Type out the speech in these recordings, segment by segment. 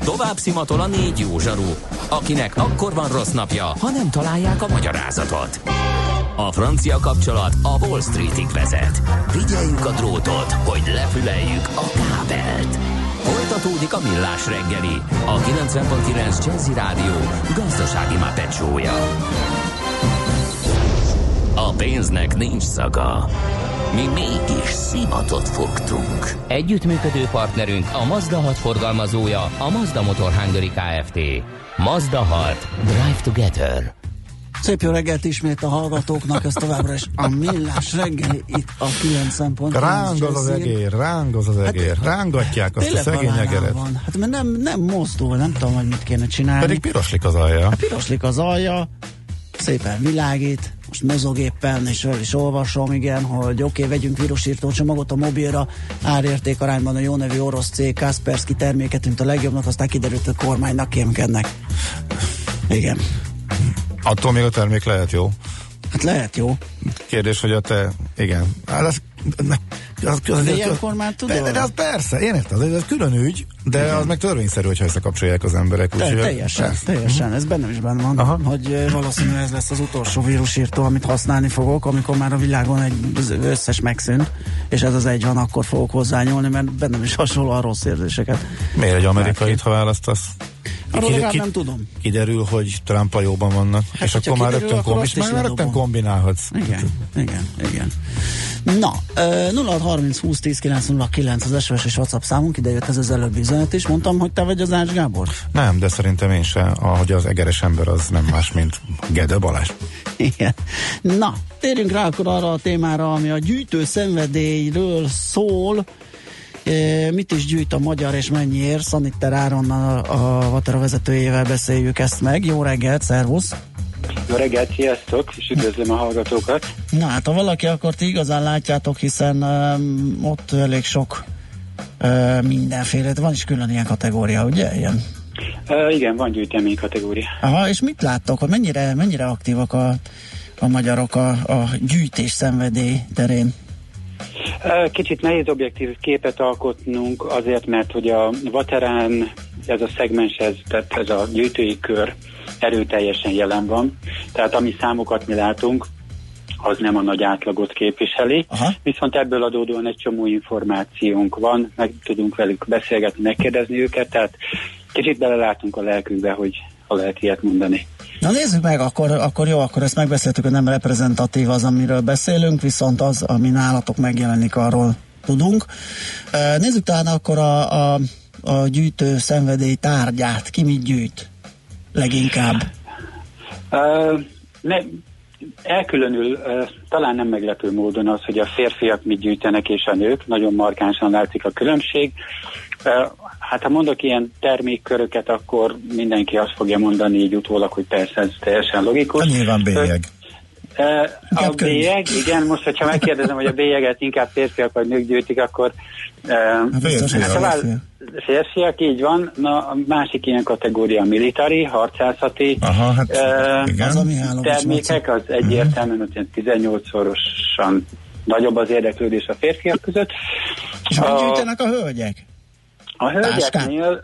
Tovább szimatol a 4 jó zsaru, akinek akkor van rossz napja, ha nem találják a magyarázatot. A francia kapcsolat a Wall Streetig vezet. Figyeljük a drótot, hogy lefüleljük a kábelt. Folytatódik a Millás reggeli, a 90.9 Jazzy Rádió gazdasági mápecsója. A pénznek nincs szaga. Mi mégis szimatot fogtunk. Együttműködő partnerünk a Mazda 6 forgalmazója, a Mazda Motor Hungary Kft. Mazda 6. Drive Together. Szép jó reggelt ismét a hallgatóknak, ez továbbra is a Millás reggeli itt a 90.9. Rángoz az egér, rángatják azt a szegény egeret. Hát mert nem mozdul, nem tudom, hogy mit kéne csinálni. Pedig piroslik az alja. Piroslik az alja, szépen világít, most mozog éppen, és is olvasom, igen, hogy oké, vegyünk vírusírtó csomagot a mobilra, árérték arányban a jó nevű orosz cég Kaspersky terméket, mint a legjobbnak, aztán kiderült, hogy kormánynak kémkednek. Igen. Attól még a termék lehet jó. Hát lehet jó. Kérdés, hogy a te... Igen. De ilyenkor már tudod? De az persze, én értem, ez külön ügy, de igen. Az meg törvényszerű, hogyha összekapcsolják az emberek. Teljesen, ez bennem is benne van, hogy valószínűleg ez lesz az utolsó vírusírtó, amit használni fogok, amikor már a világon az összes megszűnt, és ez az egy van, akkor fogok hozzányúlni, mert bennem is hasonló a rossz érzéseket. Miért egy amerikait, ha választasz? Arról legalább nem tudom. Kiderül, hogy Trump-a jóban vannak, hát, és akkor már rögtön kombinálhatsz. Igen. Na, 0630 20 10 909 az SMS és WhatsApp számunk, ide jött ez az előbbi üzenet is. Mondtam, hogy te vagy az Ács Gábor? Nem, de szerintem én sem, ahogy az egeres ember az nem más, mint Gede Balázs. Igen. Na, térjünk rá akkor arra a témára, ami a gyűjtő szenvedélyről szól. Mit is gyűjt a magyar és mennyiért? Szanitter Áronnal, a Vatera vezetőjével beszéljük ezt meg. Jó reggelt, szervusz! Jó reggelt, sziasztok, és üdvözlöm a hallgatókat! Na hát, ha valaki, akkor ti igazán látjátok, hiszen ott elég sok mindenféle, van is külön ilyen kategória, ugye? Ilyen. Igen, van gyűjtemény kategória. Aha, és mit láttok, hogy mennyire aktívak a magyarok a gyűjtés szenvedély terén? Kicsit nehéz objektív képet alkotnunk azért, mert hogy a Vaterán ez a szegmens, tehát ez a gyűjtői kör erőteljesen jelen van, tehát ami számokat mi látunk, az nem a nagy átlagot képviseli, viszont ebből adódóan egy csomó információnk van, meg tudunk velük beszélgetni, megkérdezni őket, tehát kicsit belelátunk a lelkükbe, hogy ha lehet ilyet mondani. Na nézzük meg, akkor jó, akkor ezt megbeszéltük, hogy nem reprezentatív az, amiről beszélünk, viszont az, ami nálatok megjelenik, arról tudunk. Nézzük talán akkor a gyűjtő szenvedély tárgyát. Ki mit gyűjt leginkább? Elkülönül talán nem meglepő módon az, hogy a férfiak mit gyűjtenek és a nők, nagyon markánsan látszik a különbség. Hát ha mondok ilyen termékköröket, akkor mindenki azt fogja mondani így utólag, hogy persze ez teljesen logikus. Nyilván bélyeg. A bélyeg, igen, most hogyha megkérdezem, hogy a bélyeget inkább férfiak vagy nők gyűjtik, akkor férfiak, így van. Na, a másik ilyen kategória military, harcászati termékek, az egyértelműen 18-szorosan nagyobb az érdeklődés a férfiak között. És hogy gyűjtenek a hölgyek? A hölgyeknél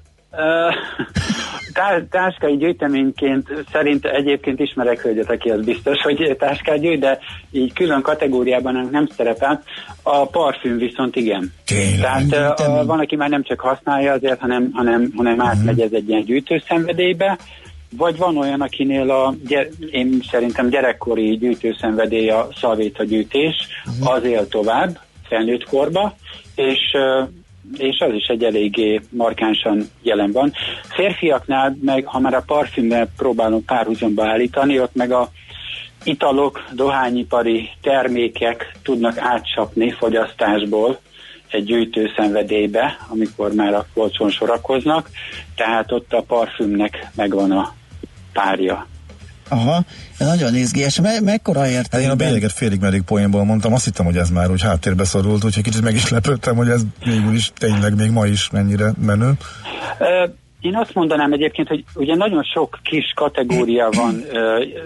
táskai gyűjteményként szerint egyébként ismerek hölgyet, aki az biztos, hogy táskát gyűjt, de így külön kategóriában nem szerepel. A parfüm viszont igen. Tehát van, aki már nem csak használja azért, hanem átmegy ez egy ilyen gyűjtőszenvedélybe, vagy van olyan, akinél én szerintem gyerekkori gyűjtőszenvedély a szalvétagyűjtés, az él tovább, felnőtt korba, és az is egy eléggé markánsan jelen van. Férfiaknál meg, ha már a parfümmel próbálunk párhuzamba állítani, ott meg a italok, dohányipari termékek tudnak átcsapni fogyasztásból egy gyűjtőszenvedélybe, amikor már a polcon sorakoznak, tehát ott a parfümnek megvan a párja. Aha, ez nagyon izgies. Mekkora értékben? Én a bélyeget félig meddig poénból mondtam, azt hittem, hogy ez már úgy háttérbe szorult, úgyhogy kicsit meg is lepődtem, hogy ez végül is tényleg még ma is mennyire menő. Én azt mondanám egyébként, hogy ugye nagyon sok kis kategória van,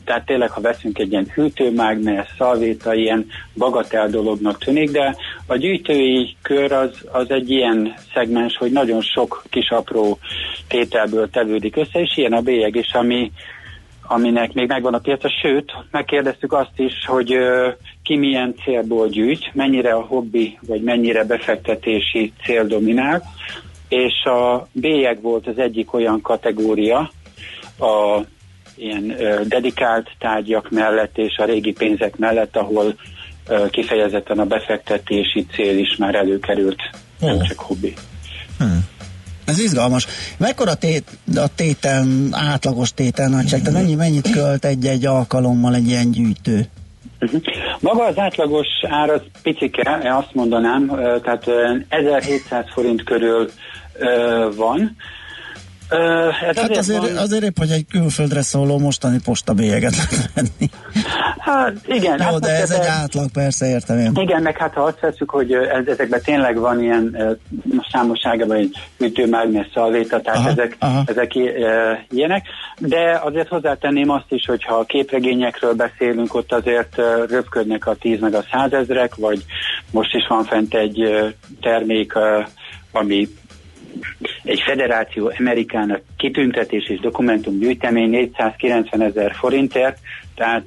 tehát tényleg, ha veszünk egy ilyen hűtőmágnes, szalvéta, ilyen bagatel dolognak tűnik, de a gyűjtői kör az egy ilyen szegmens, hogy nagyon sok kis apró tételből tevődik össze, és ilyen a bélyeg is, aminek még megvan a piaca, sőt, megkérdeztük azt is, hogy ki milyen célból gyűjt, mennyire a hobbi, vagy mennyire befektetési cél dominál, és a bélyeg volt az egyik olyan kategória a ilyen dedikált tárgyak mellett és a régi pénzek mellett, ahol kifejezetten a befektetési cél is már előkerült, nem csak hobbi. Ez izgalmas. Mekkora a tétel, átlagos tételnagyság? Tehát mennyit költ egy alkalommal egy ilyen gyűjtő? Maga az átlagos ár az picike, azt mondanám, tehát 1700 forint körül van. Hát azért épp, hogy egy külföldre szóló mostani postabélyeget lehet venni. Hát igen. No, hát de ez egy átlag, persze, értem én. Igen, meg hát ha azt veszük, hogy ezekben tényleg van ilyen számosságában egy hűtőmágnes, szalvéta, tehát ezek ilyenek, de azért hozzátenném azt is, hogy ha a képregényekről beszélünk, ott azért röpködnek a 10 meg a 100 ezrek, vagy most is van fent egy termék, ami egy Federáció Amerikának kitüntetés és dokumentumgyűjtemény 490 000 forintért, tehát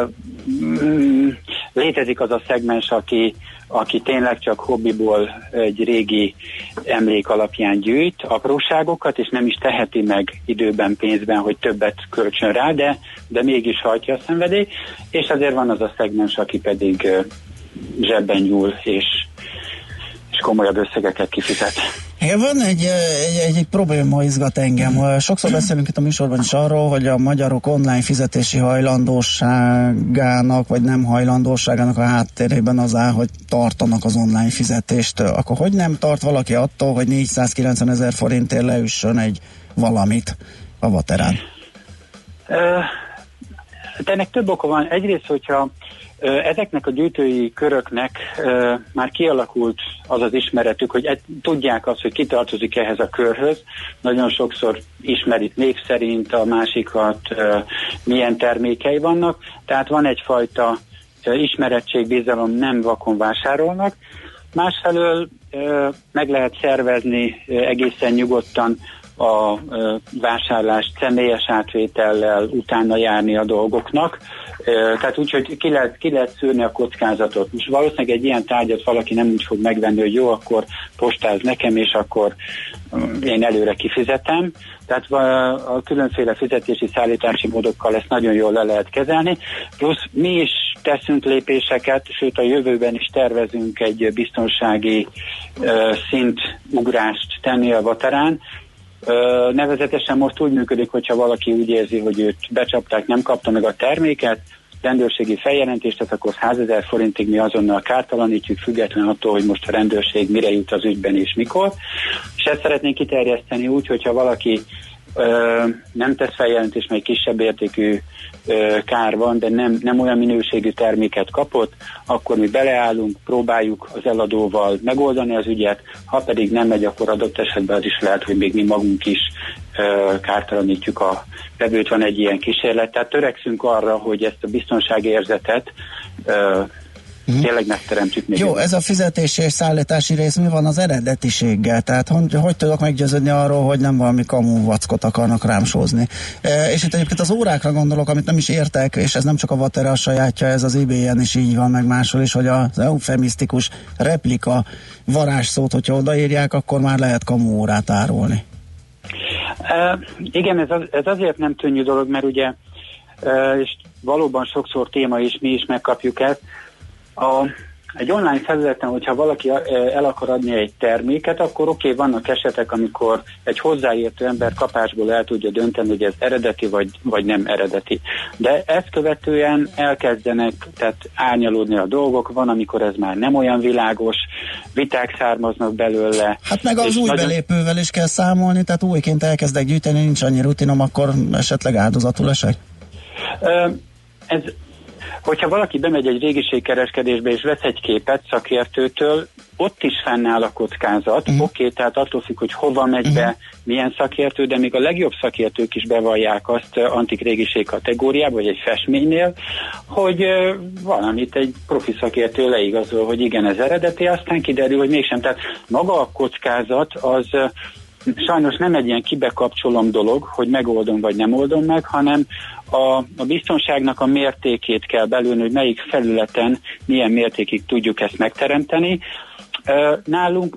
létezik az a szegmens, aki tényleg csak hobbiból egy régi emlék alapján gyűjt apróságokat, és nem is teheti meg időben, pénzben, hogy többet költsön rá, de mégis hajtja a szenvedély, és azért van az a szegmens, aki pedig zsebben nyúl, és komolyabb összegeket kifizet. Igen, van egy probléma, izgat engem. Sokszor beszélünk itt a műsorban is arról, hogy a magyarok online fizetési hajlandóságának, vagy nem hajlandóságának a háttérében az áll, hogy tartanak az online fizetést. Akkor hogy nem tart valaki attól, hogy 490 000 forintért leüssön egy valamit a Vaterán? Ennek több oka van. Egyrészt, hogyha ezeknek a gyűjtői köröknek már kialakult az az ismeretük, hogy tudják azt, hogy ki tartozik ehhez a körhöz. Nagyon sokszor ismerik név szerint a másikat, milyen termékei vannak. Tehát van egyfajta ismerettség, bizalom, nem vakon vásárolnak. Másfelől meg lehet szervezni egészen nyugodtan a vásárlást személyes átvétellel, utána járni a dolgoknak. Tehát úgy, hogy ki lehet szűrni a kockázatot. Most valószínűleg egy ilyen tárgyat valaki nem úgy fog megvenni, hogy jó, akkor postáz nekem, és akkor én előre kifizetem. Tehát a különféle fizetési szállítási módokkal ezt nagyon jól le lehet kezelni. Plusz mi is teszünk lépéseket, sőt a jövőben is tervezünk egy biztonsági szintugrást tenni a Vaterán. Nevezetesen most úgy működik, hogyha valaki úgy érzi, hogy őt becsapták, nem kapta meg a terméket, rendőrségi feljelentést, tehát akkor 100 000 forintig mi azonnal kártalanítjuk, független attól, hogy most a rendőrség mire jut az ügyben és mikor. És ezt szeretnénk kiterjeszteni úgy, hogyha valaki nem tesz feljelentést, mert kisebb értékű kár van, de nem olyan minőségű terméket kapott, akkor mi beleállunk, próbáljuk az eladóval megoldani az ügyet, ha pedig nem megy, akkor adott esetben az is lehet, hogy még mi magunk is kártalanítjuk a vevőt. Van egy ilyen kísérlet, tehát törekszünk arra, hogy ezt a biztonságérzetet tényleg megteremtjük még. Jó, ez a fizetési és szállítási rész mi van az eredetiséggel? Tehát hogy tudok meggyőződni arról, hogy nem valami kamu vackot akarnak rám sózni? És itt egyébként az órákra gondolok, amit nem is értek, és ez nem csak a Vatera a sajátja, ez az eBay-en is így van, meg máshol is, hogy az eufemisztikus replika varázsszót, hogyha odaírják, akkor már lehet kamu órát árulni. Igen, ez azért nem könnyű dolog, mert ugye, és valóban sokszor téma is, mi is megkapjuk ezt. Egy online felületen, hogyha valaki el akar adni egy terméket, akkor oké, vannak esetek, amikor egy hozzáértő ember kapásból el tudja dönteni, hogy ez eredeti vagy nem eredeti. De ezt követően elkezdenek árnyalódni a dolgok, van, amikor ez már nem olyan világos, viták származnak belőle. Hát meg az új belépővel is kell számolni, tehát újként elkezdek gyűjteni, nincs annyi rutinom, akkor esetleg áldozatul esek? Hogyha valaki bemegy egy régiségkereskedésbe és vesz egy képet szakértőtől, ott is fennáll a kockázat. Oké, tehát attól függ, hogy hova megy be, milyen szakértő, de még a legjobb szakértők is bevallják azt antik régiség kategóriába, vagy egy festménynél, hogy valamit egy profi szakértő leigazol, hogy igen, ez eredeti, aztán kiderül, hogy mégsem. Tehát maga a kockázat az sajnos nem egy ilyen kibekapcsolom dolog, hogy megoldom vagy nem oldom meg, hanem a biztonságnak a mértékét kell belülni, hogy melyik felületen milyen mértékig tudjuk ezt megteremteni. Nálunk,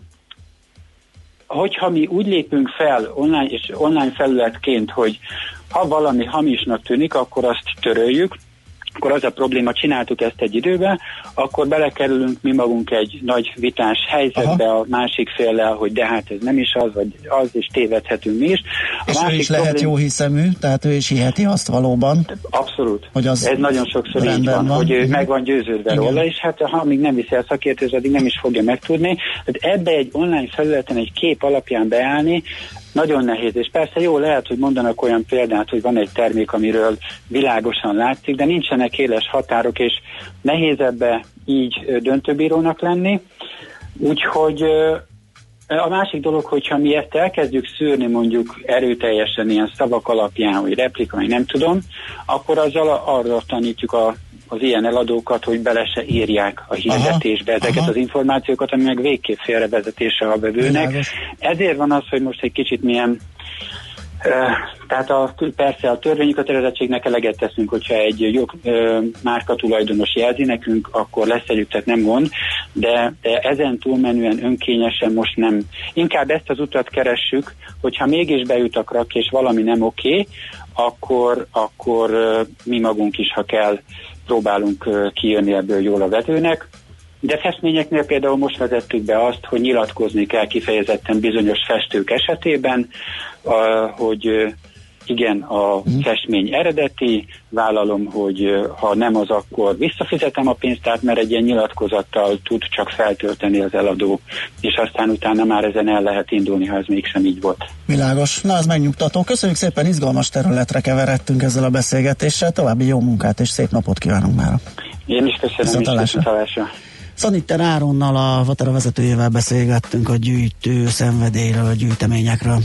hogyha mi úgy lépünk fel online és online felületként, hogy ha valami hamisnak tűnik, akkor azt töröljük, akkor az a probléma, csináltuk ezt egy időben, akkor belekerülünk mi magunk egy nagy vitás helyzetbe a másik féllel, hogy de hát ez nem is az, vagy az, és tévedhetünk mi is. És ő is lehet jó hiszemű, tehát ő is hiheti azt valóban. Abszolút. Hogy az ez nagyon sokszor így van, hogy ő meg van győződve róla, és hát ha még nem viszi el szakértőz, addig nem is fogja megtudni. Tehát ebbe egy online felületen egy kép alapján beállni, nagyon nehéz, és persze jó, lehet, hogy mondanak olyan példát, hogy van egy termék, amiről világosan látszik, de nincsenek éles határok, és nehéz ebbe így döntőbírónak lenni. Úgyhogy a másik dolog, hogyha mi ezt elkezdjük szűrni mondjuk erőteljesen ilyen szavak alapján, hogy replika, vagy nem tudom, akkor azzal arra tanítjuk az ilyen eladókat, hogy bele se írják a hirdetésbe ezeket az információkat, ami meg végképp félrevezetése a vevőnek. Ezért van az, hogy most egy kicsit milyen tehát persze a törvényi kötelezettségnek eleget teszünk, hogyha egy márkatulajdonos jelzi nekünk, akkor leszeljük, tehát nem gond, de ezen túlmenően önkényesen most nem. Inkább ezt az utat keressük, hogyha mégis bejut a krak és valami nem oké, akkor mi magunk is, ha kell, próbálunk kijönni ebből jól a vevőnek. De festményeknél például most vezettük be azt, hogy nyilatkozni kell kifejezetten bizonyos festők esetében, hogy igen, a festmény eredeti, vállalom, hogy ha nem az, akkor visszafizetem a pénzt, mert egy ilyen nyilatkozattal tud csak feltölteni az eladó, és aztán utána már ezen el lehet indulni, ha ez mégsem így volt. Világos. Na, az megnyugtató. Köszönjük szépen, izgalmas területre keveredtünk ezzel a beszélgetéssel. További jó munkát és szép napot kívánunk már. Én is köszönöm. Viszontlátásra. Szanitter Áronnal, a Vatera vezetőjével beszélgettünk a gyűjtő szenvedélyről, a gyűjteményekről.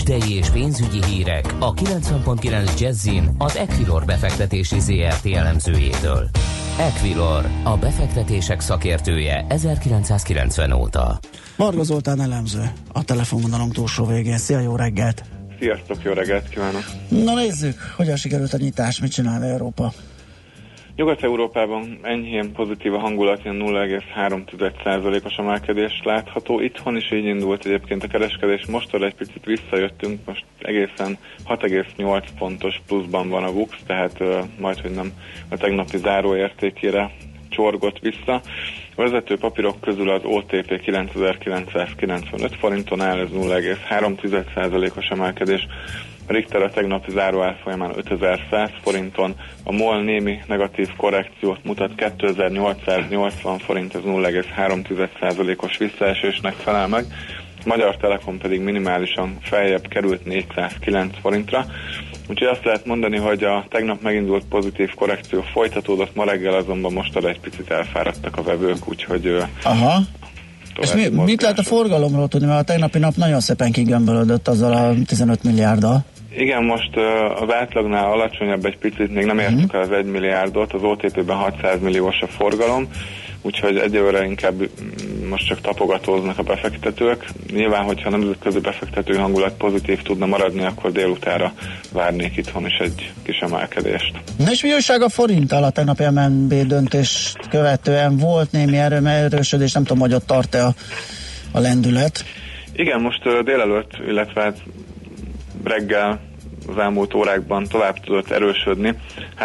Tőzsdei és pénzügyi hírek a 90.9 Jazzin az Equilor befektetési ZRT elemzőjétől. Equilor, a befektetések szakértője 1990 óta. Varga Zoltán elemző, a telefonvonalunk túlsó végén. Szia, jó reggelt! Sziasztok, jó reggelt kívánok! Na nézzük, hogyan sikerült a nyitás, mit csinál Európa? Nyugat-Európában enyhén pozitív a hangulat, ilyen 0,3%-os emelkedés látható. Itthon is így indult egyébként a kereskedés, mostanra egy picit visszajöttünk, most egészen 6,8 pontos pluszban van a VUX, tehát majdhogy nem a tegnapi záróértékére csorgott vissza. A vezető papírok közül az OTP 9995 forinton áll, ez 0,3%-os emelkedés. A Richter a tegnapi záró árfolyamán 5100 forinton, a MOL némi negatív korrekciót mutat, 2880 forint, ez 0,3%-os visszaesésnek felel meg. A Magyar Telekom pedig minimálisan feljebb került 409 forintra. Úgyhogy azt lehet mondani, hogy a tegnap megindult pozitív korrekció folytatódott, ma reggel azonban mostanra egy picit elfáradtak a vevők, úgyhogy... Aha. És mit lehet a forgalomról tudni, mert a tegnapi nap nagyon szépen kigömbölödött azzal a 15 milliárddal. Igen, most az átlagnál alacsonyabb egy picit, még nem értük el az 1 milliárdot, az OTP-ben 600 milliós a forgalom, úgyhogy egyelőre inkább most csak tapogatóznak a befektetők. Nyilván, hogyha nemzetközi befektető hangulat pozitív tudna maradni, akkor délutára várnék itthon is egy kis emelkedést. Na és mi újság a forinttal? A tegnapi MNB döntést követően volt némi erősödés, nem tudom, hogy ott tart-e a lendület. Igen, most délelőtt, illetve reggel az elmúlt órákban tovább tudott erősödni.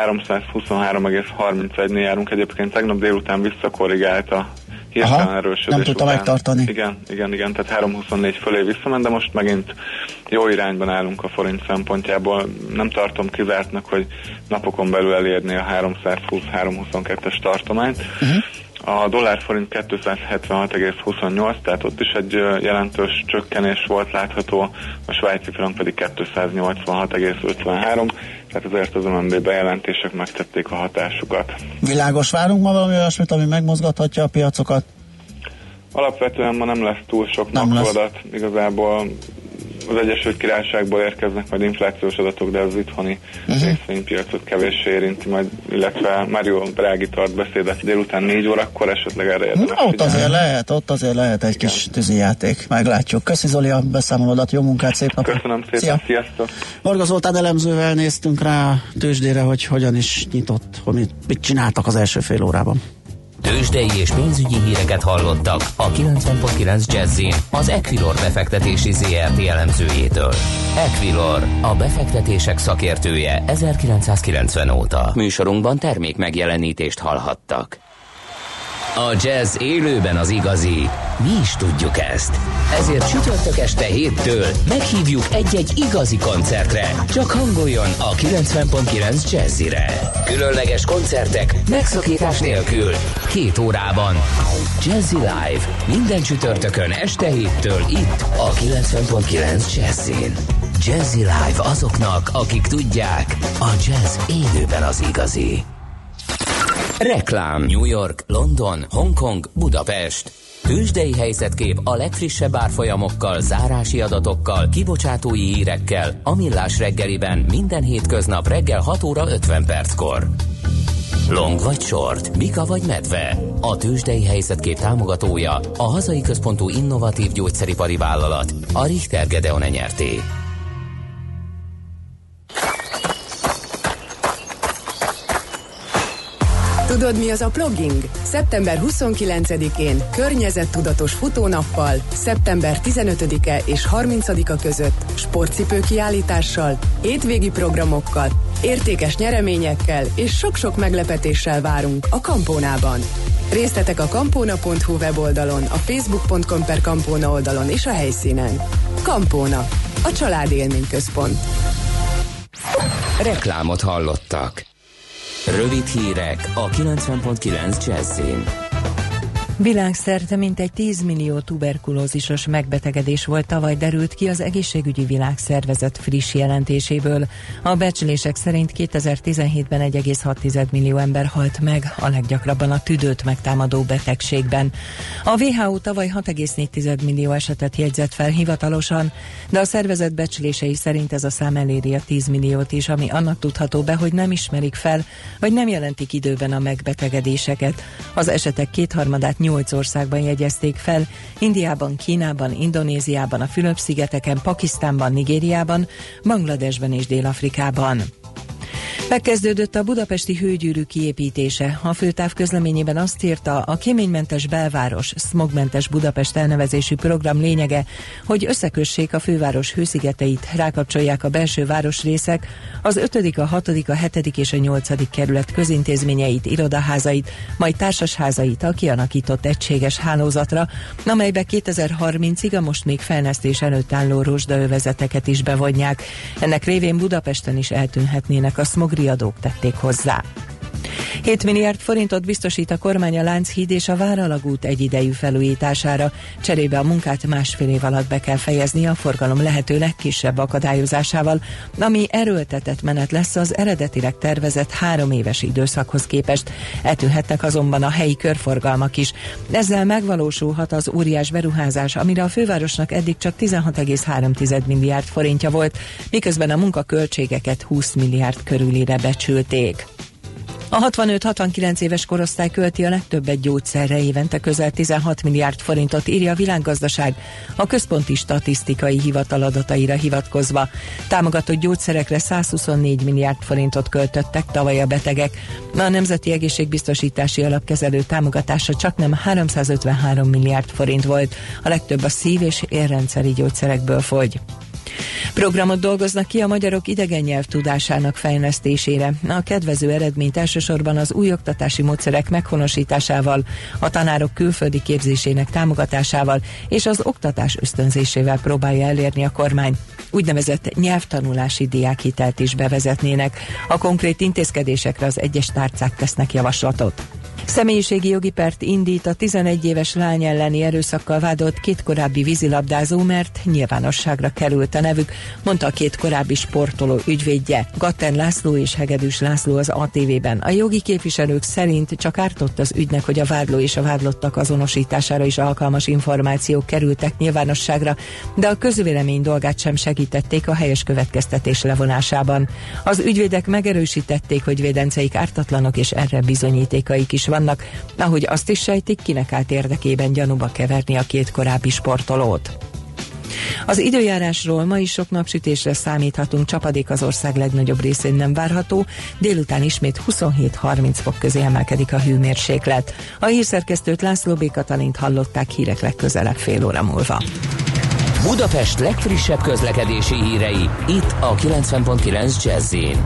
323,31-nél járunk. Egyébként tegnap délután visszakorrigált a hirtelen erősödés nem tudta után. Megtartani. Igen, tehát 324 fölé visszament, de most megint jó irányban állunk a forint szempontjából. Nem tartom kizártnak, hogy napokon belül elérni a 320-322-es tartományt. A dollár-forint 276,28, tehát ott is egy jelentős csökkenés volt látható, a svájci frank pedig 286,53, tehát azért az MNB bejelentések megtették a hatásukat. Világos, várunk ma valami olyasmit, ami megmozgathatja a piacokat? Alapvetően ma nem lesz túl sok makroadat, igazából az Egyesült Királyságból érkeznek majd inflációs adatok, de az itthoni részvénypiacot kevéssé érinti majd, illetve Mario Draghi tart beszédet délután 4 órakor, esetleg erre érdemes ott azért lehet egy kis tűzijáték, meglátjuk. Köszi Zoli a beszámolódat, jó munkát, szép napot! Köszönöm szépen, sziasztok! Varga Zoltán elemzővel néztünk rá tőzsdére, hogy hogyan is nyitott, hogy mit csináltak az első fél órában. Tőzsdei és pénzügyi híreket hallottak a 90.9 Jazzin az Equilor befektetési ZRT elemzőjétől. Equilor, a befektetések szakértője 1990 óta. Műsorunkban termék megjelenítést hallhattak. A jazz élőben az igazi. Mi is tudjuk ezt. Ezért csütörtök este 7-től meghívjuk egy-egy igazi koncertre. Csak hangoljon a 90.9 Jazzire. Különleges koncertek megszakítás nélkül. 2 órában. Jazzy Live. Minden csütörtökön este 7-től itt a 90.9 Jazzin. Jazzy Live azoknak, akik tudják, a jazz élőben az igazi. Reklám. New York, London, Hongkong, Budapest. Tőzsdei helyzetkép a legfrissebb árfolyamokkal, zárási adatokkal, kibocsátói hírekkel a Millás reggeliben minden hétköznap reggel 6 óra 50 perckor. Long vagy short, bika vagy medve. A Tőzsdei helyzetkép támogatója a hazai központú innovatív gyógyszeripari vállalat, a Richter Gedeon Nyrt. Tudod, mi az a plogging? Szeptember 29-én környezettudatos futónappal, szeptember 15-e és 30-a között sportcipő kiállítással, hétvégi programokkal, értékes nyereményekkel és sok-sok meglepetéssel várunk a Campónában. Részletek a campona.hu weboldalon, a facebook.com/Campona oldalon és a helyszínen. Campona, a család élményközpont. Reklámot hallottak. Rövid hírek a 90.9 Jazzin. Világszerte mintegy 10 millió tuberkulózisos megbetegedés volt tavaly, derült ki az Egészségügyi Világszervezet friss jelentéséből. A becslések szerint 2017-ben 1,6 millió ember halt meg, a leggyakrabban a tüdőt megtámadó betegségben. A WHO tavaly 6,4 millió esetet jegyzett fel hivatalosan, de a szervezet becslései szerint ez a szám eléri a 10 milliót is, ami annak tudható be, hogy nem ismerik fel, vagy nem jelentik időben a megbetegedéseket. Az esetek kétharmadát 8 országban jegyezték fel: Indiában, Kínában, Indonéziában, a Fülöp-szigeteken, Pakisztánban, Nigériában, Bangladesben és Dél-Afrikában. Megkezdődött a budapesti hőgyűrű kiépítése. A főtáv közleményében azt írta, a kéménymentes belváros, szmogmentes Budapest elnevezésű program lényege, hogy összekössék a főváros hőszigeteit, rákapcsolják a belső városrészek, az 5., a 6., a 7. és a 8. kerület közintézményeit, irodaházait, majd társasházait a kialakított egységes hálózatra, amelybe 2030-ig a most még fejlesztés előtt álló rozsdaövezeteket is bevonják. Ennek révén Budapesten is eltűnhetnének a szmogriadók, tették hozzá. 7 milliárd forintot biztosít a kormány a Lánchíd és a Váralagút egyidejű felújítására. Cserébe a munkát másfél év alatt be kell fejezni a forgalom lehető legkisebb akadályozásával, ami erőltetett menet lesz az eredetileg tervezett 3 éves időszakhoz képest. Eltűnhetnek azonban a helyi körforgalmak is. Ezzel megvalósulhat az óriás beruházás, amire a fővárosnak eddig csak 16,3 milliárd forintja volt, miközben a munkaköltségeket 20 milliárd körülire becsülték. A 65-69 éves korosztály költi a legtöbbet gyógyszerre, évente közel 16 milliárd forintot, írja a Világgazdaság a Központi Statisztikai Hivatal adataira hivatkozva. Támogatott gyógyszerekre 124 milliárd forintot költöttek tavaly a betegek. A Nemzeti Egészségbiztosítási Alapkezelő támogatása csaknem 353 milliárd forint volt, a legtöbb a szív- és érrendszeri gyógyszerekből fogy. Programot dolgoznak ki a magyarok idegen nyelv tudásának fejlesztésére. A kedvező eredményt elsősorban az új oktatási módszerek meghonosításával, a tanárok külföldi képzésének támogatásával és az oktatás ösztönzésével próbálja elérni a kormány. Úgynevezett nyelvtanulási diákhitelt is bevezetnének. A konkrét intézkedésekre az egyes tárcák tesznek javaslatot. Személyiségi jogi pert indít a 11 éves lány elleni erőszakkal vádolt 2 korábbi vízilabdázó, mert nyilvánosságra került a nevük, mondta a 2 korábbi sportoló ügyvédje. Gatter László és Hegedűs László az ATV-ben. A jogi képviselők szerint csak ártott az ügynek, hogy a vádló és a vádlottak azonosítására is alkalmas információk kerültek nyilvánosságra, de a közvélemény dolgát sem segítették a helyes következtetés levonásában. Az ügyvédek megerősítették, hogy védenceik ártatlanok, és erre bizonyítékaik is vannak, ahogy azt is sejtik, kinek állt érdekében gyanúba keverni a 2 korábbi sportolót. Az időjárásról: ma is sok napsütésre számíthatunk, csapadék az ország legnagyobb részén nem várható, délután ismét 27-30 fok közé emelkedik a hőmérséklet. A hírszerkesztőt, László B. Katalint hallották, hírek legközelebb fél óra múlva. Budapest legfrissebb közlekedési hírei, itt a 90.9 Jazz-in.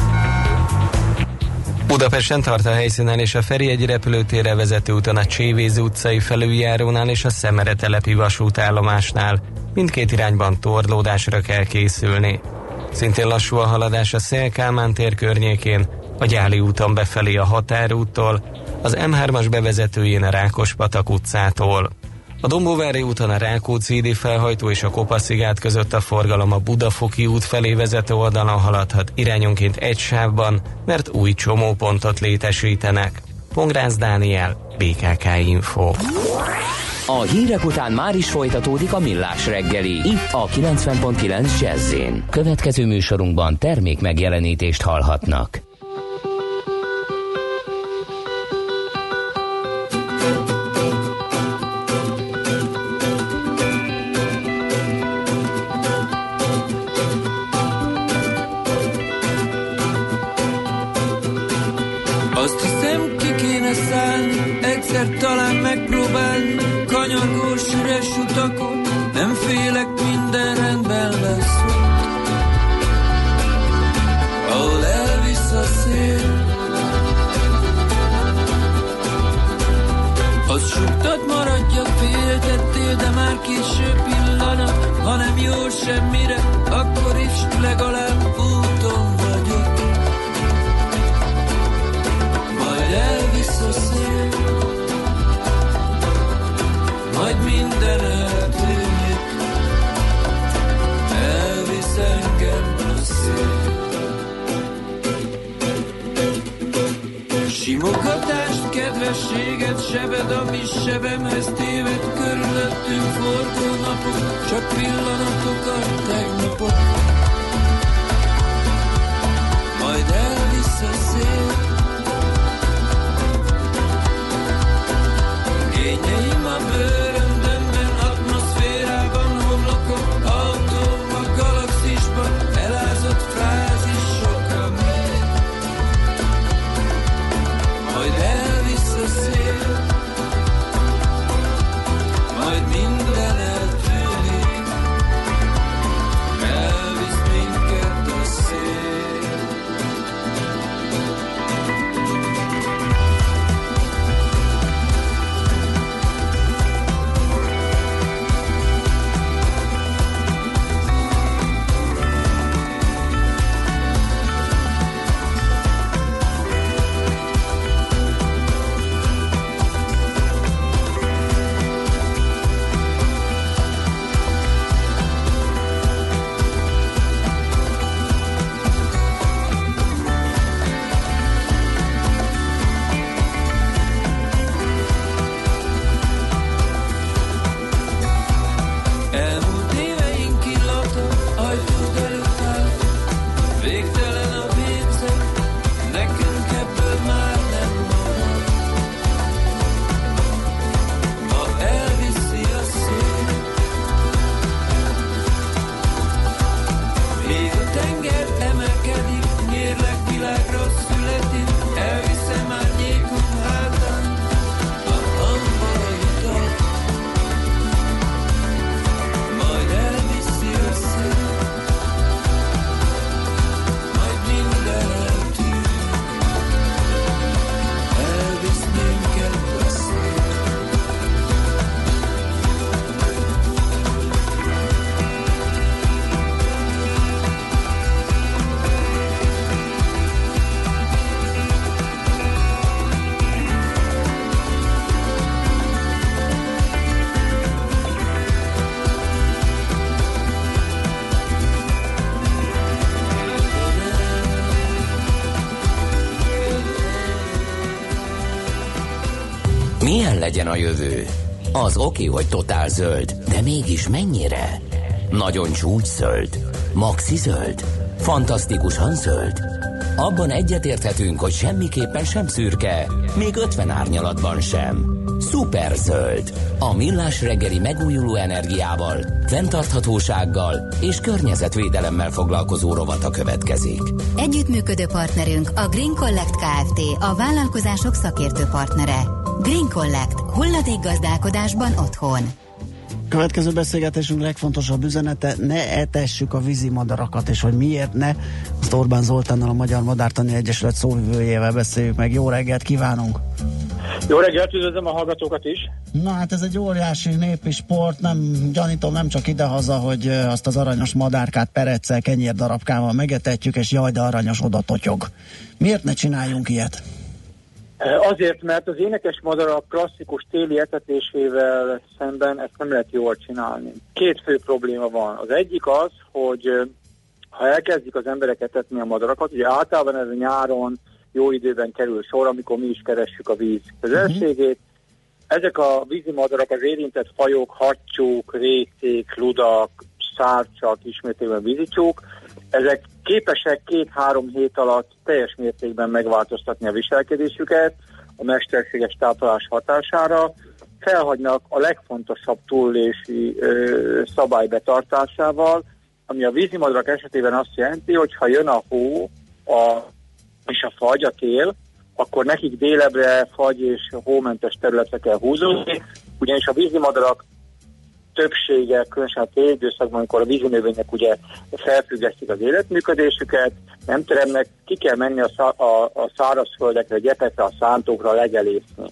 Budapesten tart a helyszínen és a Ferihegyi repülőtérre vezető úton a Csévéz utcai felüljárónál és a Szemere-telepi vasútállomásnál. Mindkét irányban torlódásra kell készülni. Szintén lassú a haladás a Széll-Kálmán tér környékén, a Gyáli úton befelé a Határúttól, az M3-as bevezetőjén a Rákospatak utcától. A Dombóvári úton a Rákóczi-hídi felhajtó és a Kopaszigát között a forgalom a Budafoki út felé vezető oldalon haladhat irányonként egy sávban, mert új csomópontot létesítenek. Pongrász Dániel, BKK Info. A hírek után már is folytatódik a Millás reggeli, itt a 90.9 Jazz-in. Következő műsorunkban termék megjelenítést hallhatnak. Azt hiszem, ki kéne szállni, egyszer talán megpróbálni, kanyargós üres utakon, nem félek, minden rendben lesz. Ahol elvisz a szél, az suktad, maradja, féltettél, de már késő pillanat, ha nem jó semmire, akkor is legalább úton vagyok. Elvisz a szél, kedvességet, sebed, ami sebemhez téved, körülöttünk forgó napok, csak pillanatok a tegnapok. Majd elvisz a szél, kényeim a bőröndömben, atmoszférában, homlokok, autó a galaxisban, elázott frázisokra mér. Majd elvisz a szél, majd minden eltűnik, elvisz minket a szél. Milyen legyen a jövő? Az oké, hogy totál zöld, de mégis mennyire? Nagyon csúcs zöld? Maxi zöld? Fantasztikusan zöld? Abban egyetérthetünk, hogy semmiképpen sem szürke, még 50 árnyalatban sem. Szuper zöld. A Millás reggeli megújuló energiával, fenntarthatósággal és környezetvédelemmel foglalkozó rovata következik. Együttműködő partnerünk a Green Collect Kft. A vállalkozások szakértő partnere. Green Collect. Hulladékgazdálkodásban otthon. Következő beszélgetésünk legfontosabb üzenete: ne etessük a vízimadarakat, és hogy miért ne, azt Orbán Zoltánnal, a Magyar Madártani Egyesület szóvivőjével beszéljük meg. Jó reggelt kívánunk! Jó reggelt, üdvözlöm a hallgatókat is! Na hát ez egy óriási népi sport, gyanítom nem csak idehaza, hogy azt az aranyos madárkát pereccel, kenyérdarabkával megetetjük, és jaj, de aranyos, oda totyog. Miért ne csináljunk ilyet? Azért, mert az énekes madarak klasszikus téli etetésével szemben ezt nem lehet jól csinálni. Két fő probléma van. Az egyik az, hogy ha elkezdik az emberek etetni a madarakat, ugye általában ez a nyáron jó időben kerül sor, amikor mi is keressük a víz közelségét. Ezek a vízimadarak, az érintett fajok, hattyúk, récék, ludak, szárcsak, ismételten vízicsók, ezek képesek 2-3 hét alatt teljes mértékben megváltoztatni a viselkedésüket a mesterséges táplálás hatására, felhagynak a legfontosabb túlélési szabálybetartásával, ami a vízimadarak esetében azt jelenti, hogy ha jön a hó és a fagy, a tél, akkor nekik délebre fagy és hómentes területre kell húzódni, ugyanis a vízimadarak többsége, különösen a téli időszakban, amikor a vízinövények ugye felfüggesztik az életműködésüket, nem teremnek, ki kell menni a szárazföldekre, a gyepekre, a szántókra legelészni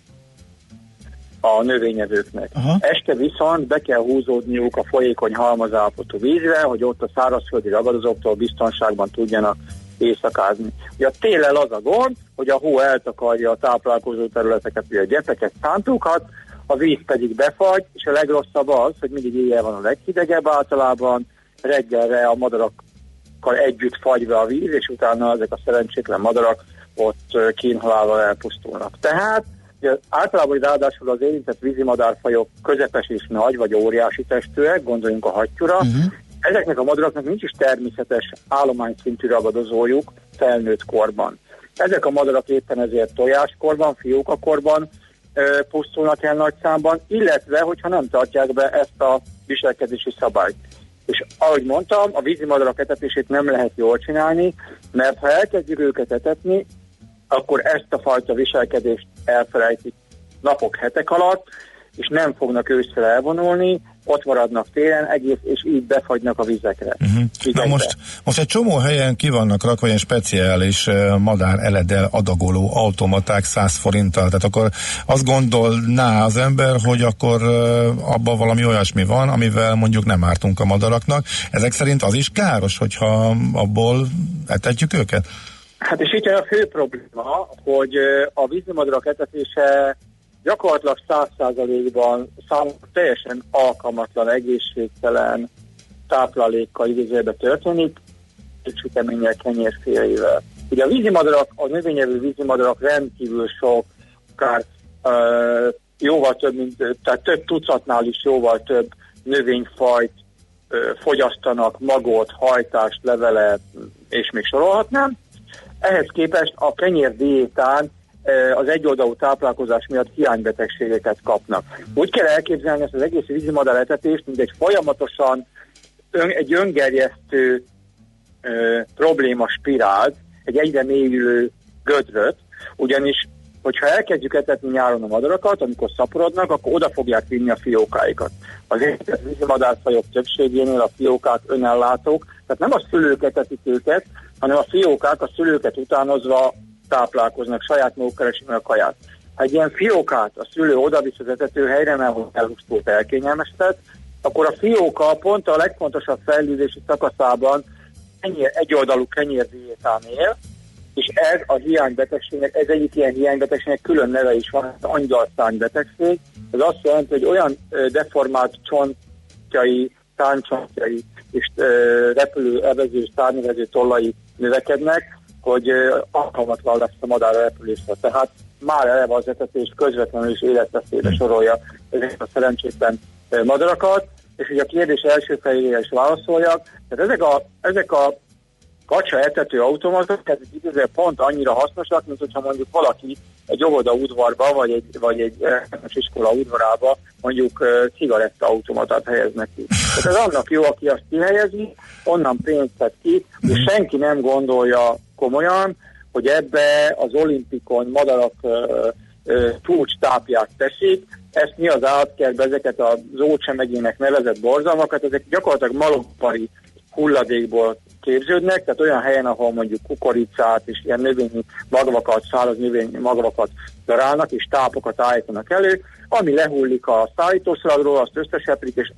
a növényevőknek. Aha. Este viszont be kell húzódniuk a folyékony halmazállapotú vízre, hogy ott a szárazföldi ragadozóktól biztonságban tudjanak éjszakázni. Ugye a téllel az a gond, hogy a hó eltakarja a táplálkozó területeket, ugye a gyepeket, szántókat, a víz pedig befagy, és a legrosszabb az, hogy mindig éjjel van a leghidegebb általában, reggelre a madarakkal együtt fagy be a víz, és utána ezek a szerencsétlen madarak ott kínhalálval elpusztulnak. Tehát Általában ráadásul az érintett vízimadárfajok közepes és nagy, vagy óriási testűek, gondoljunk a hattyúra. Ezeknek a madaraknak nincs is természetes állományszintű ragadozójuk felnőtt korban. Ezek a madarak éppen ezért tojáskorban, fiókakorban pusztulnak el nagy számban, illetve, hogyha nem tartják be ezt a viselkedési szabályt. És ahogy mondtam, a vízimadarak etetését nem lehet jól csinálni, mert ha elkezdjük őket etetni, akkor ezt a fajta viselkedést elfelejtik napok, hetek alatt, és nem fognak ősszel elvonulni, ott maradnak télen egész, és így befagynak a vizekre. Na most egy csomó helyen ki vannak rakva ilyen speciális madár eledel adagoló automaták 100 forinttal, tehát akkor azt gondolná az ember, hogy akkor abban valami olyasmi van, amivel mondjuk nem ártunk a madaraknak. Ezek szerint az is káros, hogyha abból etetjük őket? Hát és itt a fő probléma, hogy a vízimadarak etetése gyakorlatilag 100%-ban számukra teljesen alkalmatlan, egészségtelen táplálékkal idézőjelben történik, és süteménnyel, kenyérfélével. Ugye a vízimadarak, a növényevő vízimadarak rendkívül sok, akár jóval több, tehát több tucatnál is jóval több növényfajt fogyasztanak, magot, hajtást, levelet, és még sorolhatnám. Ehhez képest a kenyérdiétán az egyoldalú táplálkozás miatt hiánybetegségeket kapnak. Úgy kell elképzelni ezt az egész vízimadár etetést, mint egy folyamatosan egy öngerjesztő probléma spirált, egy egyre mélyülő gödröt, ugyanis hogyha elkezdjük etetni nyáron a madarakat, amikor szaporodnak, akkor oda fogják vinni a fiókáikat. Az érintett vízimadárfajok többségénél a fiókák önellátók, tehát nem a szülők etetik őket, hanem a fiókák a szülőket utánozva táplálkoznak, saját maguk keresik meg a kaját. Ha egy ilyen fiókát a szülő odavisz az etetőhelyre, mert elhúztót, elkényelmesített, akkor a fióka pont a legfontosabb fejlődési szakaszában egyoldalú kenyérdiétán él, és ez a hiánybetegségnek, ez egyik ilyen hiánybetegségnek külön neve is van, az angyalszárnybetegség. Ez azt jelenti, hogy olyan deformált csontjai, szárnycsontjai és repülő, evező, szárnyvező tollai növekednek, hogy alkalmatlan lesz a madár repülésre. Tehát már eleve az etetés közvetlenül is életveszélybe sorolja ezeket a szerencsétlen madarakat, és hogy a kérdés első felére is válaszoljak. Tehát ezek a kacsa etető automatok, ez igazán pont annyira hasznosak, mint hogyha mondjuk valaki egy óvoda udvarba, vagy egy iskola udvarába mondjuk cigarettaautomatát helyeznek ki. Tehát ez annak jó, aki azt kihelyezi, onnan pénzt tett ki, és senki nem gondolja komolyan, hogy ebbe az olimpikon madarak csúcstápját teszik, ezt mi az állatkertbe, ezeket az ócsemegének nevezett borzalmakat, ezek gyakorlatilag malomipari hulladékból képződnek, tehát olyan helyen, ahol mondjuk kukoricát és ilyen növényi magvakat, száraz növényi magvakat darálnak, és tápokat állítanak elő, ami lehullik a szállítószalagról, azt összeseprik, és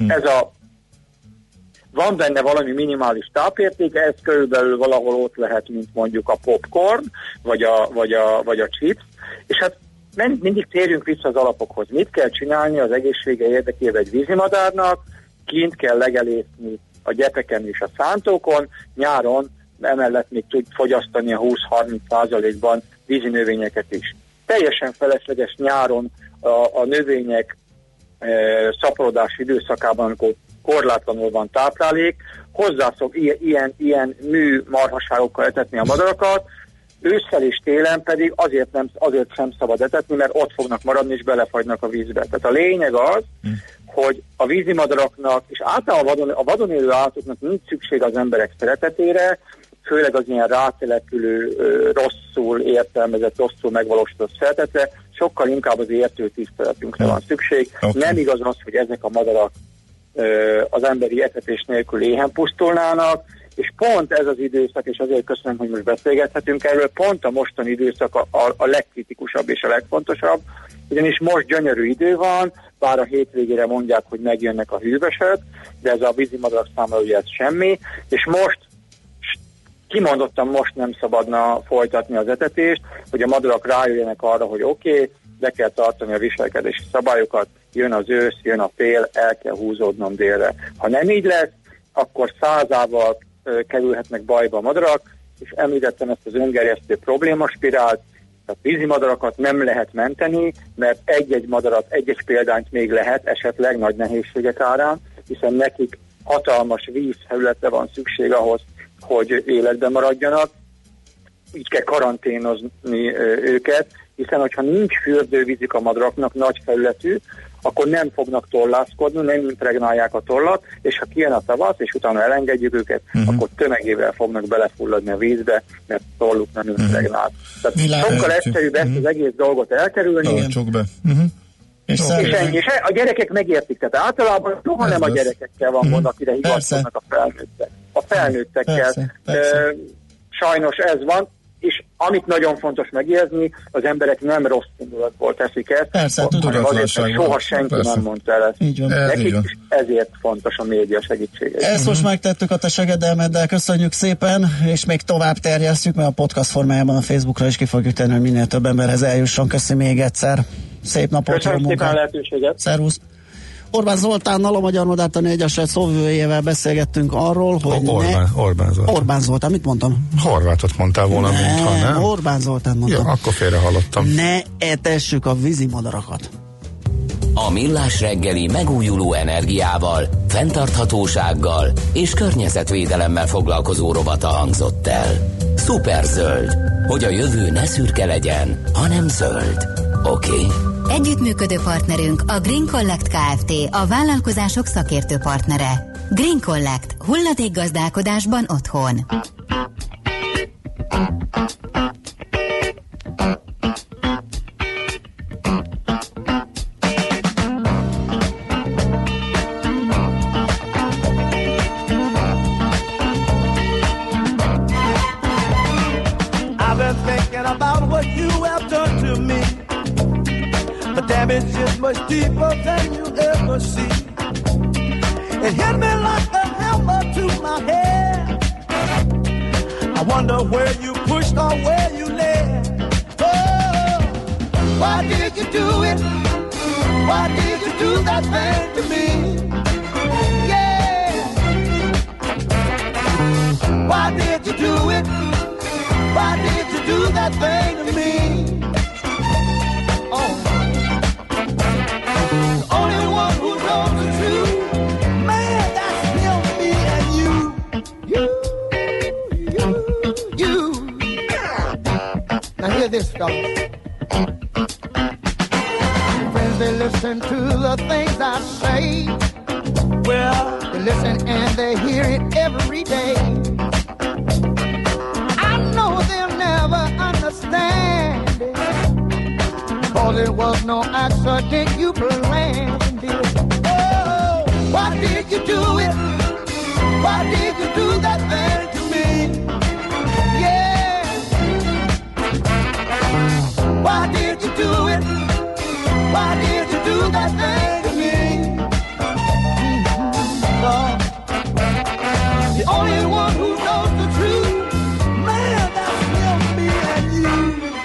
van benne valami minimális tápérték, ez körülbelül valahol ott lehet, mint mondjuk a popcorn, vagy a chips, és hát mindig térjünk vissza az alapokhoz. Mit kell csinálni az egészsége érdekében egy vízimadárnak? Kint kell legelészni a gyepeken és a szántókon, nyáron emellett még tud fogyasztani a 20-30%-ban vízi növényeket is. Teljesen felesleges nyáron a növények szaporodási időszakában, amikor korlátlanul van táplálék, hozzászok ilyen mű marhaságokkal etetni a madarakat, ősszel és télen pedig azért sem szabad etetni, mert ott fognak maradni és belefagynak a vízbe. Tehát a lényeg az, hogy a vízimadaraknak, és általában a vadon élő állatoknak nincs szükség az emberek szeretetére, főleg az ilyen rátelepülő, rosszul értelmezett, rosszul megvalósított szeretetre, sokkal inkább az értő tiszteletünkre van szükség. Nem igaz az, hogy ezek a madarak az emberi etetés nélkül éhen pusztulnának, és pont ez az időszak, és azért köszönöm, hogy most beszélgethetünk erről, pont a mostani időszak a legkritikusabb és a legfontosabb, ugyanis most gyönyörű idő van, bár a hétvégére mondják, hogy megjönnek a hűvösök, de ez a vízimadarak számára ugye ez semmi, és most kimondottan most nem szabadna folytatni az etetést, hogy a madarak rájöjjenek arra, hogy oké, be kell tartani a viselkedési szabályokat, jön az ősz, jön a tél, el kell húzódnom délre. Ha nem így lesz, akkor 100-ával kerülhetnek bajba a madarak, és említettem ezt az öngerjesztő problémaspirált, Tehát vízimadarakat nem lehet menteni, mert egy-egy madarat, egy-egy példányt még lehet esetleg nagy nehézségek árán, hiszen nekik hatalmas vízfelületre van szükség ahhoz, hogy életben maradjanak. Így kell karanténozni őket, hiszen hogyha nincs fürdővízük a madaraknak nagy felületű, akkor nem fognak tollászkodni, nem impregnálják a tollat, és ha kijön a tavasz, és utána elengedjük őket, akkor tömegével fognak belefulladni a vízbe, mert tolluk nem impregnál. Tehát sokkal egyszerűbb ezt az egész dolgot elkerülni. Tartsuk be. És ennyi. És a gyerekek megértik, tehát általában soha nem a gyerekekkel van gond, akire hivatkoznak a felnőttek. A felnőttekkel. Sajnos ez van, és amit nagyon fontos megérzni, az emberek nem rossz indulatból teszik ezt, hanem azért, mert soha senki nem mondta el ezt. Nekik is ezért fontos a média segítsége. Ezt most megtettük a te segedelmeddel, köszönjük szépen, és még tovább terjesztjük, mert a podcast formájában a Facebookra is ki fogjuk tenni, hogy minél több emberhez eljusson. Köszi még egyszer. Szép napot, köszönöm jó munkát. Szépen lehetőséget. Szervusz. Orbán Zoltánnal, a Magyar Madártani Egyesület szóvivőjével beszélgettünk arról, hogy Orbán Zoltán, mit mondtam? Horvátot mondtál volna, mintha nem? Orbán Zoltán mondtam. Ja, akkor félre hallottam. Ne etessük a vízimadarakat. A Millás reggeli megújuló energiával, fenntarthatósággal és környezetvédelemmel foglalkozó rovata hangzott el. Szuperzöld, hogy a jövő ne szürke legyen, hanem zöld. Oké? Együttműködő partnerünk a Green Collect Kft., a vállalkozások szakértő partnere. Green Collect. Hulladékgazdálkodásban otthon. I've been thinking about what you have done to me. The damage is much deeper than you ever see. It hit me like a hammer to my head. I wonder where you pushed or where you led. Oh, why did you do it? Why did you do that thing to me? Yeah. Why did you do it? Why did you do that thing to me? Oh. The only one who knows the truth, man, that's him, me, and you. Now hear this, fellas. Friends, they listen to the things I say. Well, they listen and they hear it every day. I know they'll never understand it, 'cause it was no accident, you planned it. Oh, why did you do it? Why did you do that thing to me? Yeah. Why did you do it? Why did you do that thing to me? Lord, the only one who knows the truth, man, that's him, me, and you.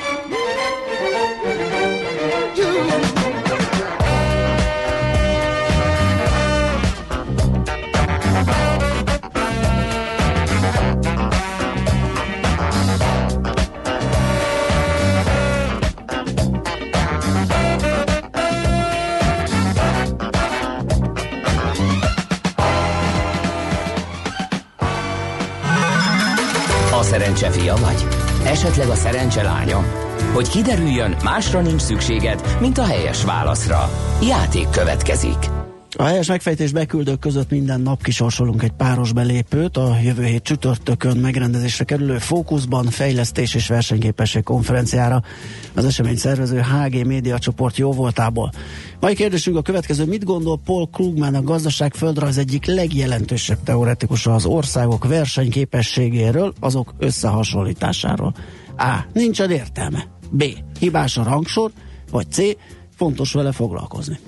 A szerencse fia vagy? Esetleg a szerencse lánya? Hogy kiderüljön, másra nincs szükséged, mint a helyes válaszra. Játék következik. A helyes megfejtés beküldők között minden nap kisorsolunk egy páros belépőt a jövő hét csütörtökön megrendezésre kerülő Fókuszban fejlesztés és versenyképesség konferenciára az esemény szervező HG Média csoport jóvoltából. Mai kérdésünk a következő: mit gondol Paul Krugman, a gazdaság földrajz egyik legjelentősebb teoretikusa az országok versenyképességéről, azok összehasonlításáról? A. Nincsen értelme. B. Hibás a rangsor. Vagy C. Fontos vele foglalkozni.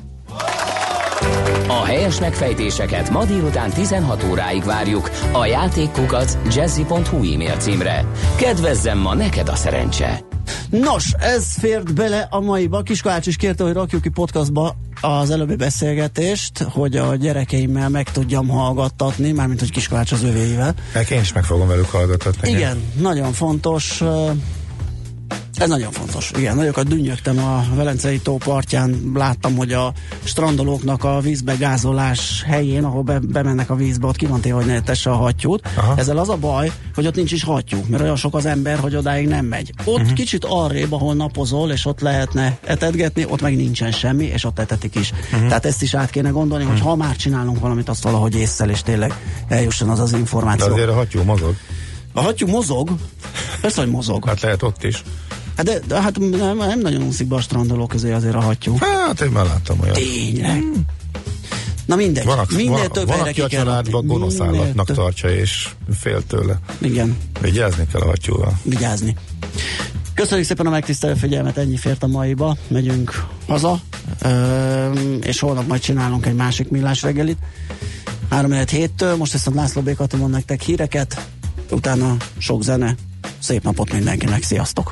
A helyes megfejtéseket ma délután 16 óráig várjuk a játékkukac@jazzy.hu e-mail címre. Kedvezzem ma neked a szerencse! Nos, ez fért bele a maiba. Kiskolács is kérte, hogy rakjuk ki podcastba az előbbi beszélgetést, hogy a gyerekeimmel meg tudjam hallgattatni, mármint hogy Kiskolács az övéivel. Én is meg fogom velük hallgattatni. Igen, nagyon fontos. Ez nagyon fontos. Igen, nagyokat dünnyögtem a Velencei tó partján, láttam, hogy a strandolóknak a vízbegázolás helyén, ahol bemennek a vízbe, ott ki van téve, hogy ne tesse a hattyút. Aha. Ezzel az a baj, hogy ott nincs is hattyú, mert olyan sok az ember, hogy odáig nem megy. Ott kicsit arrébb, ahol napozol, és ott lehetne etetgetni, ott meg nincsen semmi, és ott etetik is. Tehát ezt is át kéne gondolni, hogy ha már csinálunk valamit, azt valahogy ésszel, és tényleg eljusson az információ. De azért a hattyú mozog. A hattyú mozog? Persze, hogy mozog. Hát lehet ott is. De hát nem nagyon úszik be a strandoló közé azért a hattyú. Hát én már láttam olyat. Tényleg. Na mindegy. Van, aki a családban gonosz állatnak tartja, és fél tőle. Igen. Vigyázni kell a hattyúval. Vigyázni. Köszönjük szépen a megtisztelő figyelmet, ennyi fért a maiba. Megyünk haza, és holnap majd csinálunk egy másik Millás reggelit. 3-7-től, most viszont László B. Kati mond nektek híreket, utána sok zene. Szép napot mindenkinek, sziasztok!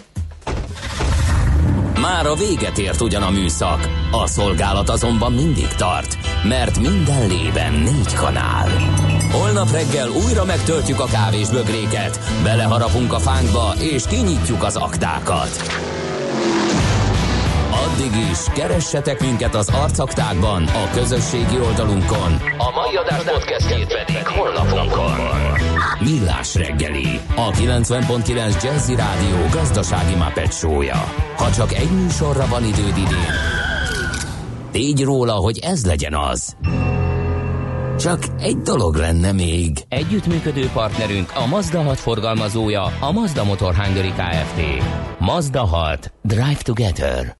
Már a véget ért ugyan a műszak, a szolgálat azonban mindig tart, mert minden lében 4 kanál. Holnap reggel újra megtöltjük a kávésbögréket, beleharapunk a fánkba és kinyitjuk az aktákat. Addig is keressetek minket az arcaktákban, a közösségi oldalunkon. A mai adás podcastjét pedig honlapunkon. Millás reggeli, a 90.9 Jazzy Rádió gazdasági Muppet show-ja. Ha csak egy műsorra van időd idén, tégy róla, hogy ez legyen az. Csak egy dolog lenne még. Együttműködő partnerünk a Mazda 6 forgalmazója, a Mazda Motor Hungary Kft. Mazda 6. Drive Together.